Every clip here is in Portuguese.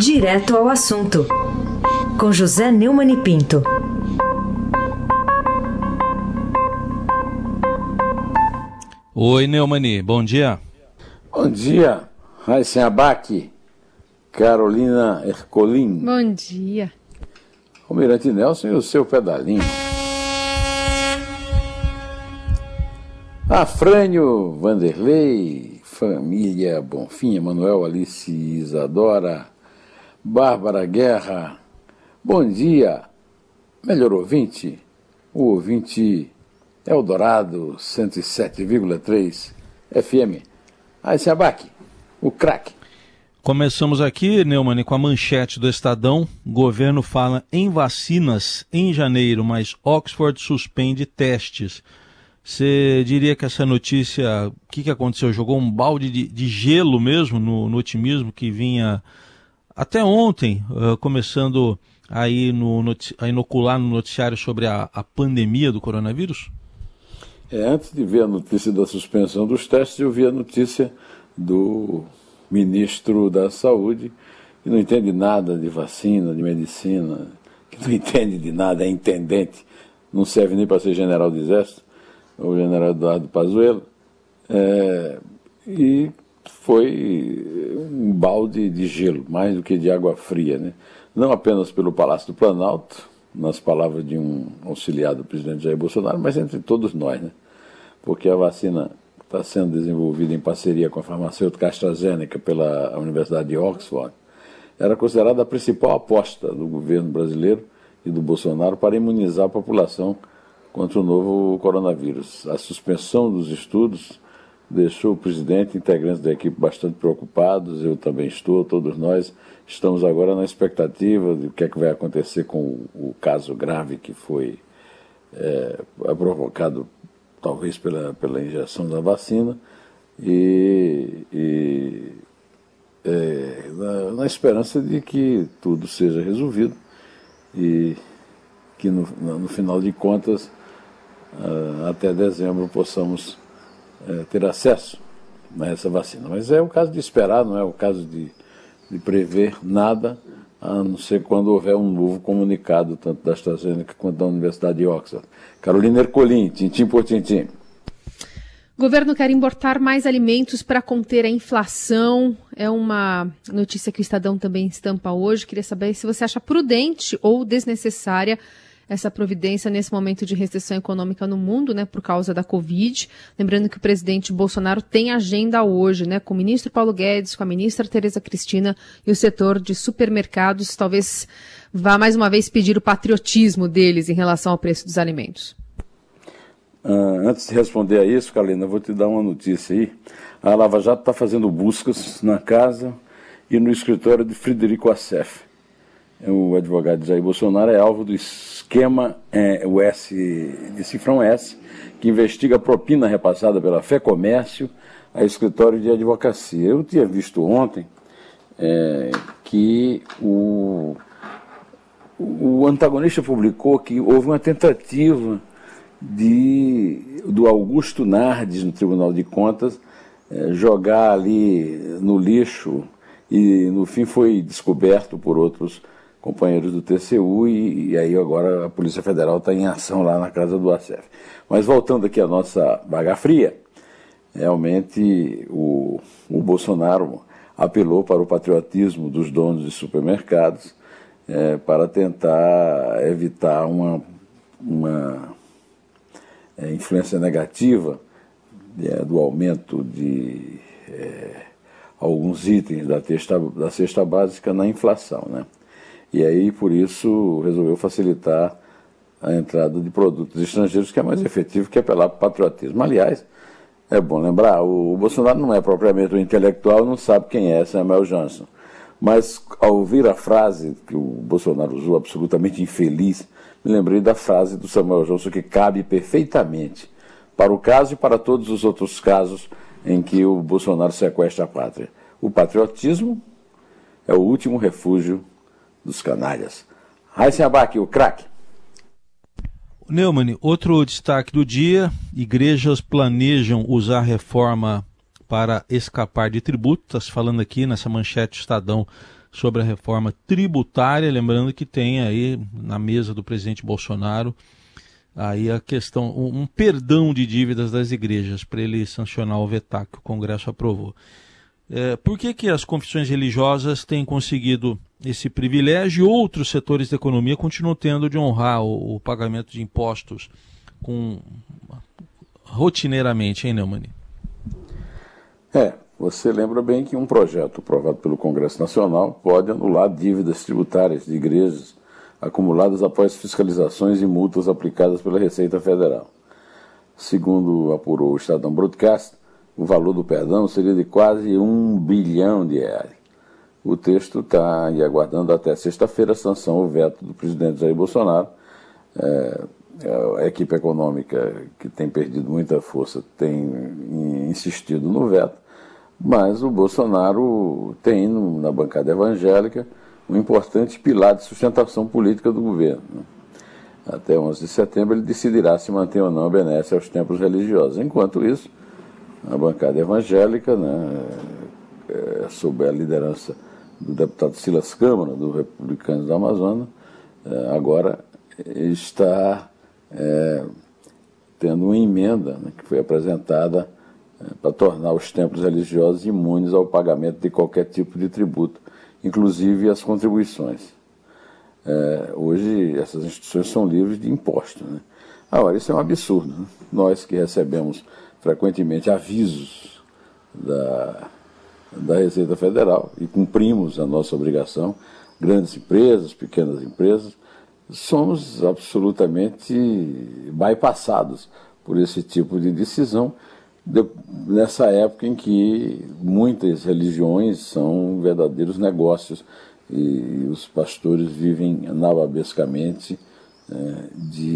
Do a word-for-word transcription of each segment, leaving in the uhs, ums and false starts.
Direto ao assunto, com José Neumann e Pinto. Oi, Neumani, bom dia. Bom dia, Raíssa Abac, Carolina Ercolim. Bom dia. Almirante Nelson e o seu pedalinho. Afrânio, Vanderlei, família Bonfim, Emanuel, Alice, Isadora, Bárbara Guerra. Bom dia, melhor ouvinte, o ouvinte Eldorado cento e sete vírgula três F M. Aí se abaque, o craque. Começamos aqui, Neumann, com a manchete do Estadão. O governo fala em vacinas em janeiro, mas Oxford suspende testes. Você diria que essa notícia, o que, que aconteceu? Jogou um balde de, de gelo mesmo no, no otimismo que vinha até ontem, uh, começando aí no, a inocular no noticiário sobre a, a pandemia do coronavírus? É, antes de ver a notícia da suspensão dos testes, eu vi a notícia do ministro da Saúde, que não entende nada de vacina, de medicina, que não entende de nada, é intendente, não serve nem para ser general do Exército, o general Eduardo Pazuello, é, e foi um balde de gelo, mais do que de água fria, né? Não apenas pelo Palácio do Planalto, nas palavras de um auxiliar do presidente Jair Bolsonaro, mas entre todos nós, né? Porque a vacina está sendo desenvolvida em parceria com a farmacêutica AstraZeneca pela Universidade de Oxford, era considerada a principal aposta do governo brasileiro e do Bolsonaro para imunizar a população contra o novo coronavírus. A suspensão dos estudos deixou o presidente e integrantes da equipe bastante preocupados, eu também estou, todos nós estamos agora na expectativa de o que é que vai acontecer com o, o caso grave que foi é, provocado talvez pela, pela injeção da vacina e, e é, na, na esperança de que tudo seja resolvido e que no, no final de contas uh, até dezembro possamos uh, ter acesso a essa vacina. Mas é o caso de esperar, não é o caso de, de prever nada, a não ser quando houver um novo comunicado, tanto da AstraZeneca quanto da Universidade de Oxford. Carolina Ercolim, tintim por tintim. O governo quer importar mais alimentos para conter a inflação. É uma notícia que o Estadão também estampa hoje. Queria saber se você acha prudente ou desnecessária essa providência nesse momento de restrição econômica no mundo, né, por causa da Covid. Lembrando que o presidente Bolsonaro tem agenda hoje, né, com o ministro Paulo Guedes, com a ministra Tereza Cristina e o setor de supermercados. Talvez vá mais uma vez pedir o patriotismo deles em relação ao preço dos alimentos. Uh, antes de responder a isso, Carolina, eu vou te dar uma notícia aí. A Lava Jato está fazendo buscas na casa e no escritório de Frederico Assef. O advogado de Jair Bolsonaro é alvo do esquema é, o S, de Cifrão S, que investiga a propina repassada pela Fé Comércio a escritório de advocacia. Eu tinha visto ontem é, que o, o antagonista publicou que houve uma tentativa de, do Augusto Nardes, no Tribunal de Contas, é, jogar ali no lixo e, no fim, foi descoberto por outros companheiros do T C U e, e aí agora a Polícia Federal está em ação lá na casa do Assef. Mas voltando aqui à nossa Baga Fria, realmente o, o Bolsonaro apelou para o patriotismo dos donos de supermercados é, para tentar evitar uma, uma é, influência negativa é, do aumento de é, alguns itens da, testa, da cesta básica na inflação, né? E aí, por isso, resolveu facilitar a entrada de produtos estrangeiros, que é mais efetivo que apelar para o patriotismo. Aliás, é bom lembrar, o Bolsonaro não é propriamente um intelectual, não sabe quem é Samuel Johnson. Mas, ao ouvir a frase que o Bolsonaro usou, absolutamente infeliz, me lembrei da frase do Samuel Johnson, que cabe perfeitamente para o caso e para todos os outros casos em que o Bolsonaro sequestra a pátria. O patriotismo é o último refúgio dos canalhas. Raíssa Abac, o craque. Neumann, outro destaque do dia: igrejas planejam usar reforma para escapar de tributos. Falando aqui nessa manchete Estadão sobre a reforma tributária, lembrando que tem aí na mesa do presidente Bolsonaro aí a questão, um, um perdão de dívidas das igrejas para ele sancionar o VETAC que o Congresso aprovou. É, por que que as confissões religiosas têm conseguido esse privilégio e outros setores da economia continuam tendo de honrar o, o pagamento de impostos com, rotineiramente, hein, Neumann? É, você lembra bem que um projeto aprovado pelo Congresso Nacional pode anular dívidas tributárias de igrejas acumuladas após fiscalizações e multas aplicadas pela Receita Federal. Segundo apurou o Estadão Broadcast, o valor do perdão seria de quase um bilhão de reais. O texto está aí aguardando até sexta-feira a sanção ao veto do presidente Jair Bolsonaro. É, a equipe econômica, que tem perdido muita força, tem insistido no veto, mas o Bolsonaro tem na bancada evangélica um importante pilar de sustentação política do governo. Até onze de setembro ele decidirá se manter ou não a benesse aos templos religiosos. Enquanto isso, a bancada evangélica, né, é, sob a liderança do deputado Silas Câmara, do Republicanos do Amazonas, é, agora está é, tendo uma emenda, né, que foi apresentada é, para tornar os templos religiosos imunes ao pagamento de qualquer tipo de tributo, inclusive as contribuições. É, hoje essas instituições são livres de impostos, né? Agora, isso é um absurdo, né? Nós que recebemos frequentemente avisos da, da Receita Federal e cumprimos a nossa obrigação, grandes empresas, pequenas empresas, somos absolutamente bypassados por esse tipo de decisão, de, nessa época em que muitas religiões são verdadeiros negócios e os pastores vivem nababescamente é,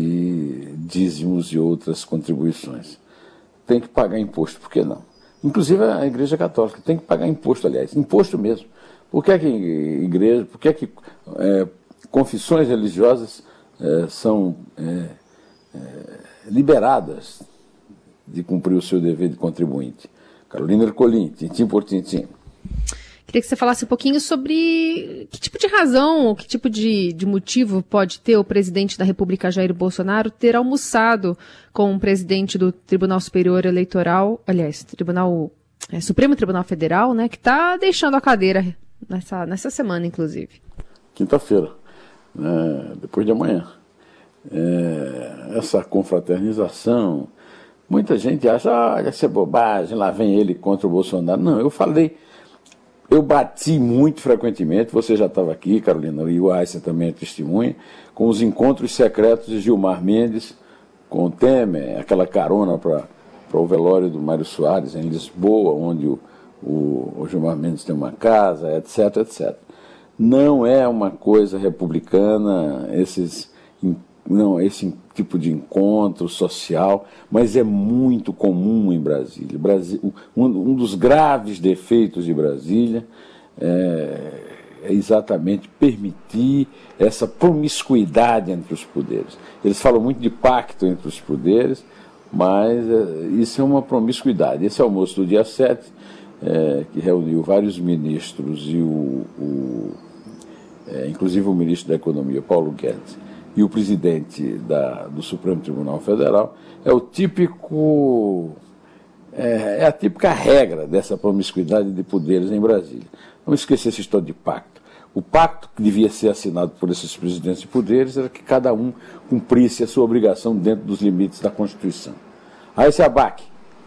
de dízimos e outras contribuições. Tem que pagar imposto, por que não? Inclusive a Igreja Católica tem que pagar imposto, aliás, imposto mesmo. Por que é que igreja, por que é que é, confissões religiosas é, são é, é, liberadas de cumprir o seu dever de contribuinte? Carolina Ercolim, tintim por tintim. Queria que você falasse um pouquinho sobre que tipo de razão, que tipo de, de motivo pode ter o presidente da República, Jair Bolsonaro, ter almoçado com o presidente do Tribunal Superior Eleitoral, aliás, Tribunal, é, Supremo Tribunal Federal, né, que está deixando a cadeira nessa, nessa semana, inclusive. Quinta-feira, né, depois de amanhã. É, essa confraternização, muita gente acha, ah, isso é bobagem, lá vem ele contra o Bolsonaro. Não, eu falei... Eu bati muito frequentemente, você já estava aqui, Carolina, e o Aysen também é testemunha, com os encontros secretos de Gilmar Mendes com o Temer, aquela carona para o velório do Mário Soares em Lisboa, onde o, o, o Gilmar Mendes tem uma casa, etc, etcétera. Não é uma coisa republicana esses, não, esse tipo de encontro social, mas é muito comum em Brasília. Brasil, um, um dos graves defeitos de Brasília é, é exatamente permitir essa promiscuidade entre os poderes. Eles falam muito de pacto entre os poderes, mas é, isso é uma promiscuidade. Esse almoço do dia sete, é, que reuniu vários ministros, e o, o, é, inclusive o ministro da Economia, Paulo Guedes, e o presidente da, do Supremo Tribunal Federal, é o típico, é, é a típica regra dessa promiscuidade de poderes em Brasília. Não esqueça essa história de pacto. O pacto que devia ser assinado por esses presidentes de poderes era que cada um cumprisse a sua obrigação dentro dos limites da Constituição. Aí esse abaque,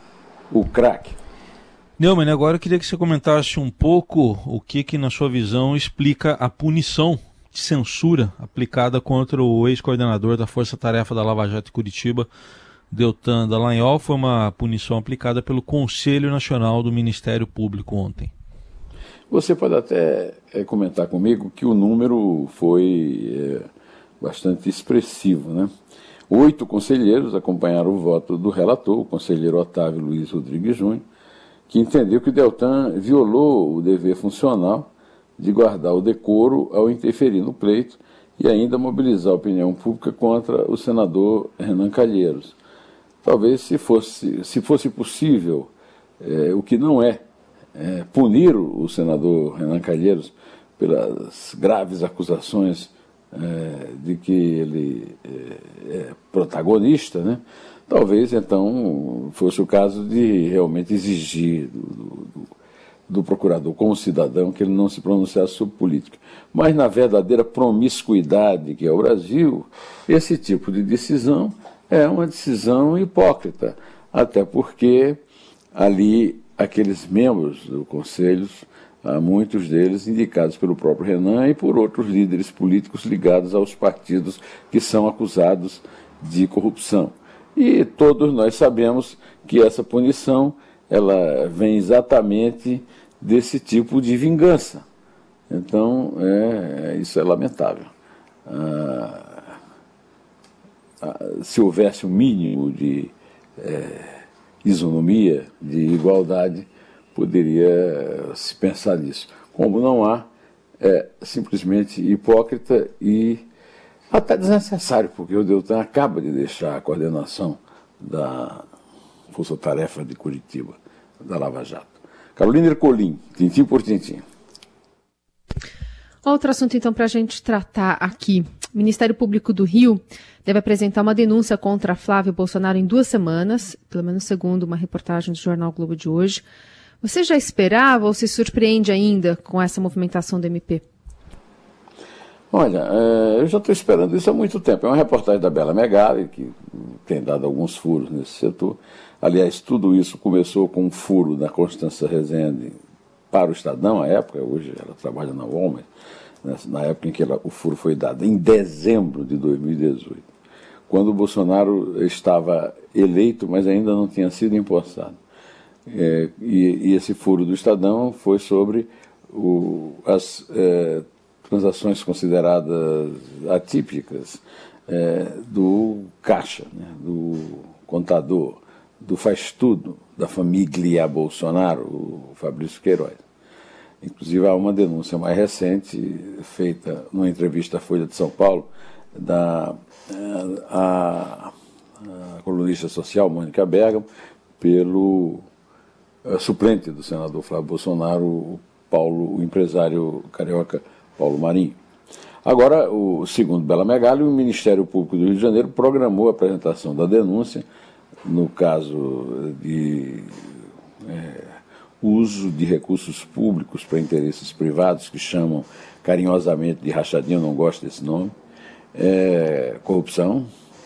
o craque. Neumann, agora eu queria que você comentasse um pouco o que, que na sua visão, explica a punição de censura aplicada contra o ex-coordenador da Força Tarefa da Lava Jato de Curitiba, Deltan Dallagnol. Foi uma punição aplicada pelo Conselho Nacional do Ministério Público ontem. Você pode até é, comentar comigo que o número foi é, bastante expressivo, né? Oito conselheiros acompanharam o voto do relator, o conselheiro Otávio Luiz Rodrigues Júnior, que entendeu que o Deltan violou o dever funcional de guardar o decoro ao interferir no pleito e ainda mobilizar a opinião pública contra o senador Renan Calheiros. Talvez, se fosse, se fosse possível, é, o que não é, é, punir o senador Renan Calheiros pelas graves acusações é, de que ele é, é protagonista, né? Talvez então fosse o caso de realmente exigir do, do, do procurador, como cidadão, que ele não se pronunciasse sobre política. Mas na verdadeira promiscuidade que é o Brasil, esse tipo de decisão é uma decisão hipócrita, até porque ali aqueles membros do Conselho, muitos deles indicados pelo próprio Renan e por outros líderes políticos ligados aos partidos que são acusados de corrupção. E todos nós sabemos que essa punição ela vem exatamente desse tipo de vingança. Então, é, isso é lamentável. Ah, ah, se houvesse um mínimo de é, isonomia, de igualdade, poderia se pensar nisso. Como não há, é simplesmente hipócrita e até desnecessário, porque o Deltan acaba de deixar a coordenação da Força Tarefa de Curitiba, da Lava Jato. Carolina Ercolim, tintim por tintim. Outro assunto, então, para a gente tratar aqui. O Ministério Público do Rio deve apresentar uma denúncia contra Flávio Bolsonaro em duas semanas, pelo menos segundo uma reportagem do Jornal Globo de hoje. Você já esperava ou se surpreende ainda com essa movimentação do M P? Olha, eu já estou esperando isso há muito tempo. É uma reportagem da Bela Megali, que tem dado alguns furos nesse setor. Aliás, tudo isso começou com um furo da Constância Rezende para o Estadão, à época. Hoje ela trabalha na Walmart, na época em que ela, o furo foi dado, em dezembro de dois mil e dezoito, quando o Bolsonaro estava eleito, mas ainda não tinha sido empossado. É, e, e esse furo do Estadão foi sobre o, as... É, transações consideradas atípicas é, do caixa, né, do contador, do faz-tudo, da família Bolsonaro, o Fabrício Queiroz. Inclusive há uma denúncia mais recente, feita numa entrevista à Folha de São Paulo, da a, a colunista social Mônica Bergamo, pelo a, suplente do senador Flávio Bolsonaro, o Paulo, o empresário carioca Paulo Marinho. Agora, o, segundo Bela Megali, o Ministério Público do Rio de Janeiro programou a apresentação da denúncia no caso de é, uso de recursos públicos para interesses privados, que chamam carinhosamente de rachadinha, eu não gosto desse nome, é, corrupção,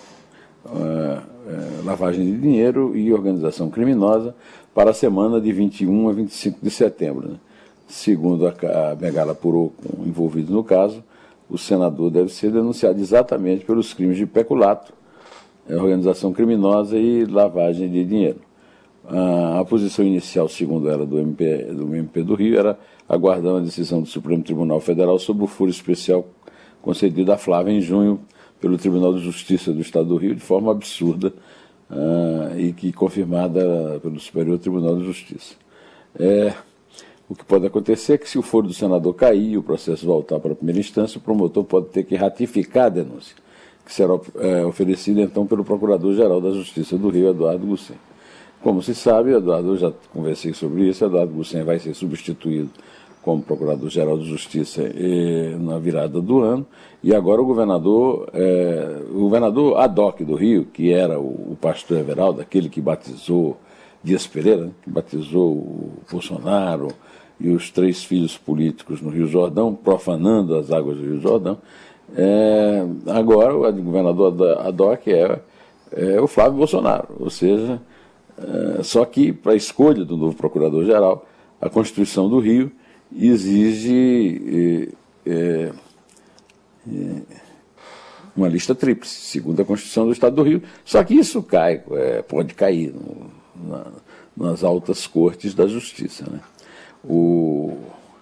é, é, lavagem de dinheiro e organização criminosa para a semana de vinte e um a vinte e cinco de setembro, né? Segundo a Megali apurou com envolvidos no caso, o senador deve ser denunciado exatamente pelos crimes de peculato, organização criminosa e lavagem de dinheiro. A, a posição inicial, segundo ela, do M P, do M P do Rio, era aguardando a decisão do Supremo Tribunal Federal sobre o furo especial concedido a Flávia em junho pelo Tribunal de Justiça do Estado do Rio, de forma absurda, uh, e que confirmada pelo Superior Tribunal de Justiça. É... O que pode acontecer é que, se o foro do senador cair e o processo voltar para a primeira instância, o promotor pode ter que ratificar a denúncia, que será é, oferecida, então, pelo Procurador-Geral da Justiça do Rio, Eduardo Gucem. Como se sabe, Eduardo, eu já conversei sobre isso, Eduardo Gucem vai ser substituído como Procurador-Geral de Justiça eh, na virada do ano, e agora o governador, eh, o governador ad hoc do Rio, que era o, o pastor Everaldo, aquele que batizou Dias Pereira, né, que batizou o Bolsonaro e os três filhos políticos no Rio Jordão, profanando as águas do Rio Jordão, é, agora o governador ad hoc é, é o Flávio Bolsonaro, ou seja, é, só que para a escolha do novo Procurador-Geral, a Constituição do Rio exige é, é, é, uma lista tríplice, segundo a Constituição do Estado do Rio, só que isso cai, é, pode cair no, na, nas altas cortes da Justiça, né? O,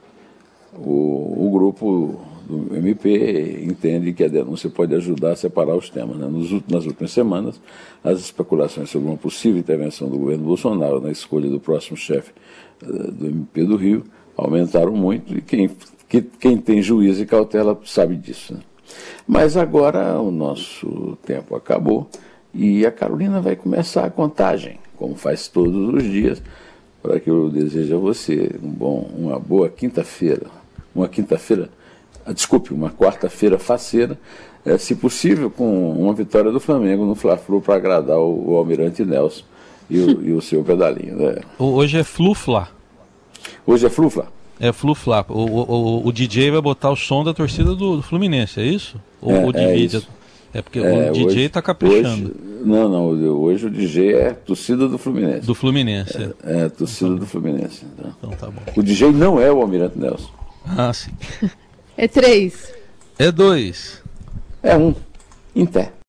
o, o grupo do M P entende que a denúncia pode ajudar a separar os temas, né? Nos, nas últimas semanas, as especulações sobre uma possível intervenção do governo Bolsonaro na escolha do próximo chefe uh, do M P do Rio aumentaram muito, e quem, que, quem tem juízo e cautela sabe disso, né? Mas agora o nosso tempo acabou e a Carolina vai começar a contagem, como faz todos os dias, para que eu deseje a você um bom, uma boa quinta-feira. uma quinta-feira, desculpe, uma quarta-feira faceira, é, se possível com uma vitória do Flamengo no Fla-Flu para agradar o, o Almirante Nelson e o, e o seu pedalinho. Né? Hoje é Flu-Fla. Hoje é Flu-Fla. É Flu-Fla. O, o, o D J vai botar o som da torcida do, do Fluminense, é isso? Ou é, o divide? É, isso. é porque é, o D J está caprichando. Hoje, não, não, hoje o D J é torcida do Fluminense. Do Fluminense. É, é torcida então, do Fluminense. Então. então tá bom. O D J não é o Almirante Nelson. Ah, sim. É três. É dois. É um. Em pé.